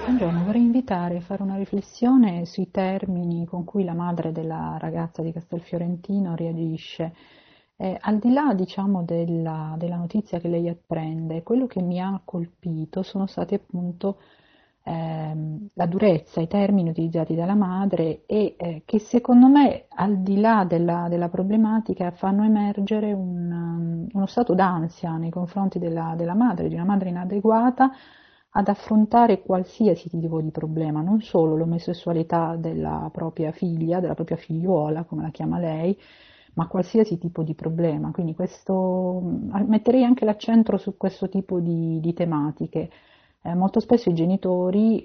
Buongiorno, vorrei invitare a fare una riflessione sui termini con cui la madre della ragazza di Castelfiorentino reagisce. Al di là, diciamo, della notizia che lei apprende, quello che mi ha colpito sono stati appunto la durezza, i termini utilizzati dalla madre che secondo me, al di là della problematica, fanno emergere uno stato d'ansia nei confronti della madre, di una madre inadeguata ad affrontare qualsiasi tipo di problema, non solo l'omosessualità della propria figlia, della propria figliuola, come la chiama lei, ma qualsiasi tipo di problema. Quindi metterei anche l'accento su questo tipo di tematiche. Molto spesso i genitori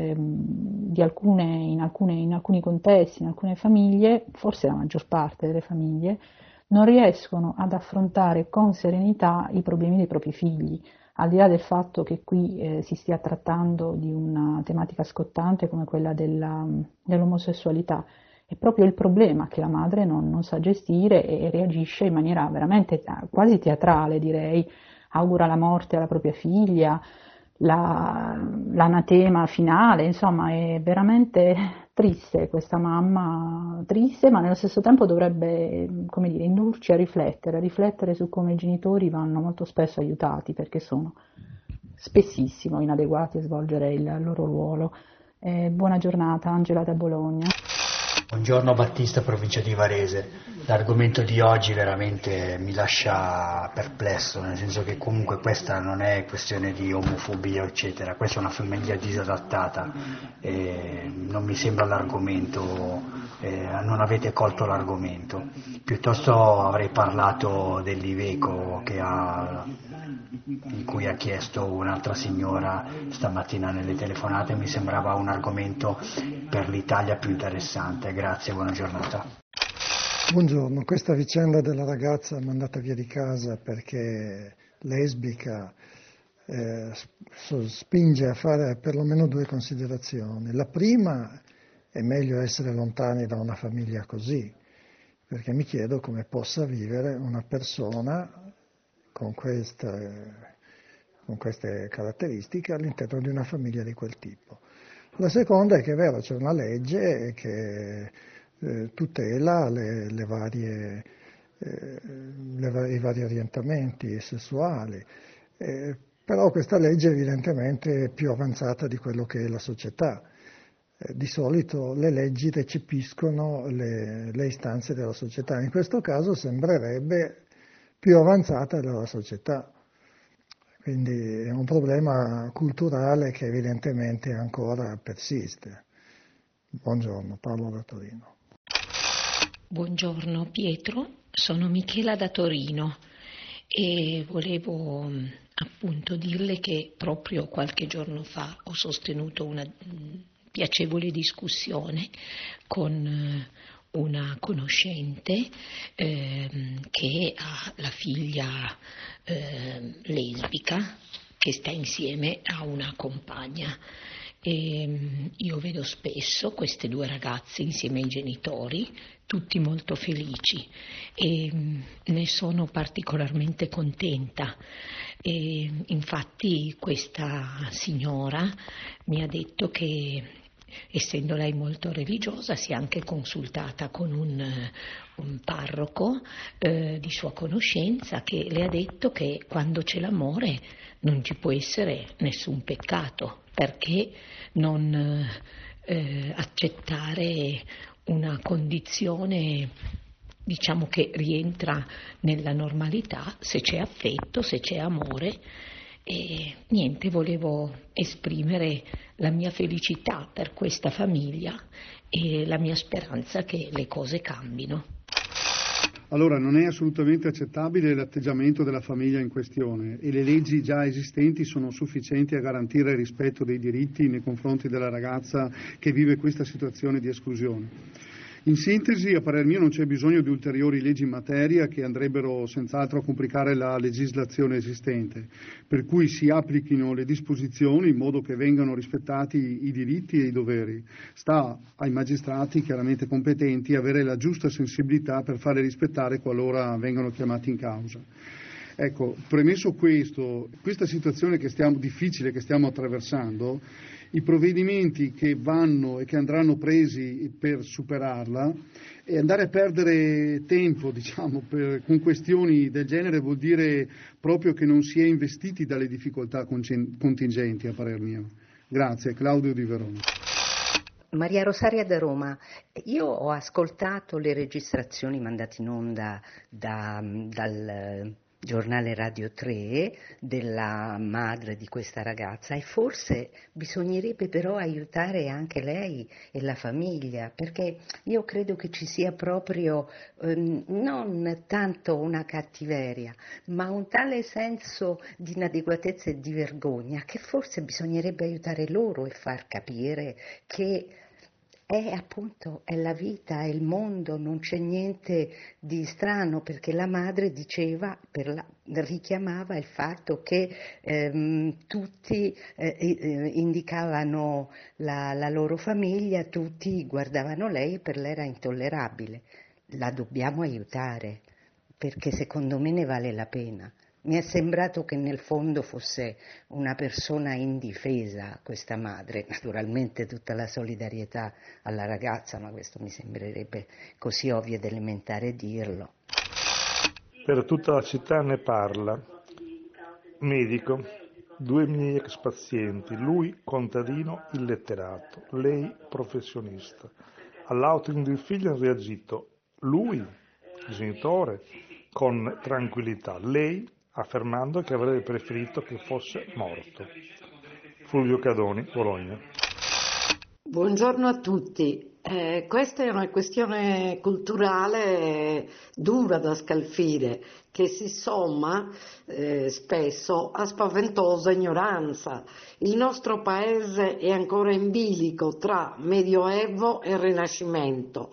in alcuni contesti, in alcune famiglie, forse la maggior parte delle famiglie, non riescono ad affrontare con serenità i problemi dei propri figli, al di là del fatto che qui si stia trattando di una tematica scottante come quella dell'omosessualità. È proprio il problema che la madre non sa gestire e reagisce in maniera veramente quasi teatrale, direi, augura la morte alla propria figlia, l'anatema finale, insomma è veramente triste questa mamma, triste, ma nello stesso tempo dovrebbe, come dire, indurci a riflettere su come i genitori vanno molto spesso aiutati perché sono spessissimo inadeguati a svolgere il loro ruolo. Buona giornata, Angela da Bologna. Buongiorno, Battista, provincia di Varese. L'argomento di oggi veramente mi lascia perplesso, nel senso che comunque questa non è questione di omofobia eccetera, questa è una famiglia disadattata e non mi sembra l'argomento, non avete colto l'argomento. Piuttosto avrei parlato dell'Iveco di cui ha chiesto un'altra signora stamattina nelle telefonate, mi sembrava un argomento per l'Italia più interessante. Grazie, buona giornata. Buongiorno, questa vicenda della ragazza mandata via di casa perché lesbica spinge a fare perlomeno due considerazioni. La prima, è meglio essere lontani da una famiglia così, perché mi chiedo come possa vivere una persona con queste caratteristiche all'interno di una famiglia di quel tipo. La seconda è che è vero, c'è una legge che tutela i vari orientamenti sessuali, però questa legge evidentemente è più avanzata di quello che è la società. Di solito le leggi recepiscono le istanze della società, in questo caso sembrerebbe più avanzata della società. Quindi è un problema culturale che evidentemente ancora persiste. Buongiorno, Paolo da Torino. Buongiorno Pietro, sono Michela da Torino e volevo appunto dirle che proprio qualche giorno fa ho sostenuto una piacevole discussione con una conoscente che ha la figlia lesbica che sta insieme a una compagna. E io vedo spesso queste due ragazze insieme ai genitori, tutti molto felici e ne sono particolarmente contenta. E infatti questa signora mi ha detto che, essendo lei molto religiosa, si è anche consultata con un parroco di sua conoscenza che le ha detto che quando c'è l'amore non ci può essere nessun peccato, perché non accettare una condizione, diciamo, che rientra nella normalità se c'è affetto, se c'è amore. E niente, volevo esprimere la mia felicità per questa famiglia e la mia speranza che le cose cambino. Allora, non è assolutamente accettabile l'atteggiamento della famiglia in questione e le leggi già esistenti sono sufficienti a garantire il rispetto dei diritti nei confronti della ragazza che vive questa situazione di esclusione. In sintesi, a parer mio, non c'è bisogno di ulteriori leggi in materia che andrebbero senz'altro a complicare la legislazione esistente, per cui si applichino le disposizioni in modo che vengano rispettati i diritti e i doveri. Sta ai magistrati chiaramente competenti avere la giusta sensibilità per fare rispettare qualora vengano chiamati in causa. Ecco, premesso questa situazione difficile che stiamo attraversando, i provvedimenti che vanno e che andranno presi per superarla e andare a perdere tempo, con questioni del genere vuol dire proprio che non si è investiti dalle difficoltà contingenti, a parer mio. Grazie. Claudio di Verona. Maria Rosaria da Roma, io ho ascoltato le registrazioni mandate in onda dal giornale Radio 3 della madre di questa ragazza e forse bisognerebbe però aiutare anche lei e la famiglia, perché io credo che ci sia proprio non tanto una cattiveria, ma un tale senso di inadeguatezza e di vergogna che forse bisognerebbe aiutare loro e far capire che è la vita, è il mondo, non c'è niente di strano, perché la madre richiamava il fatto che tutti indicavano la loro famiglia, tutti guardavano lei e per lei era intollerabile. La dobbiamo aiutare, perché secondo me ne vale la pena. Mi è sembrato che nel fondo fosse una persona indifesa questa madre, naturalmente tutta la solidarietà alla ragazza, ma questo mi sembrerebbe così ovvio ed elementare dirlo. Per tutta la città ne parla. Medico, 2 miei ex pazienti, lui contadino illetterato, lei professionista. All'outing del figlio ha reagito lui, il genitore, con tranquillità, lei affermando che avrebbe preferito che fosse morto. Fulvio Cadoni, Bologna. Buongiorno a tutti. Questa è una questione culturale dura da scalfire, che si somma spesso a spaventosa ignoranza. Il nostro paese è ancora in bilico tra Medioevo e Rinascimento.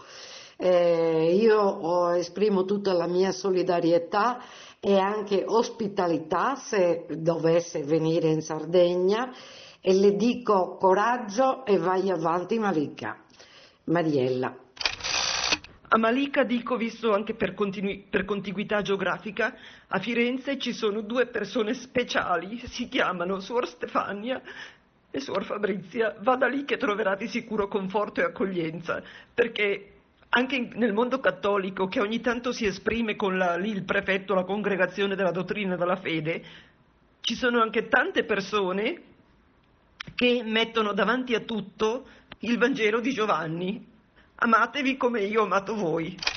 Io esprimo tutta la mia solidarietà e anche ospitalità se dovesse venire in Sardegna e le dico coraggio e vai avanti Malika. Mariella. A Malika dico, visto anche per contiguità geografica, a Firenze ci sono 2 persone speciali, si chiamano Suor Stefania e Suor Fabrizia. Vada lì che troverà di sicuro conforto e accoglienza, perché anche nel mondo cattolico, che ogni tanto si esprime con lì il prefetto, la congregazione della dottrina e della fede, ci sono anche tante persone che mettono davanti a tutto il Vangelo di Giovanni. Amatevi come io ho amato voi.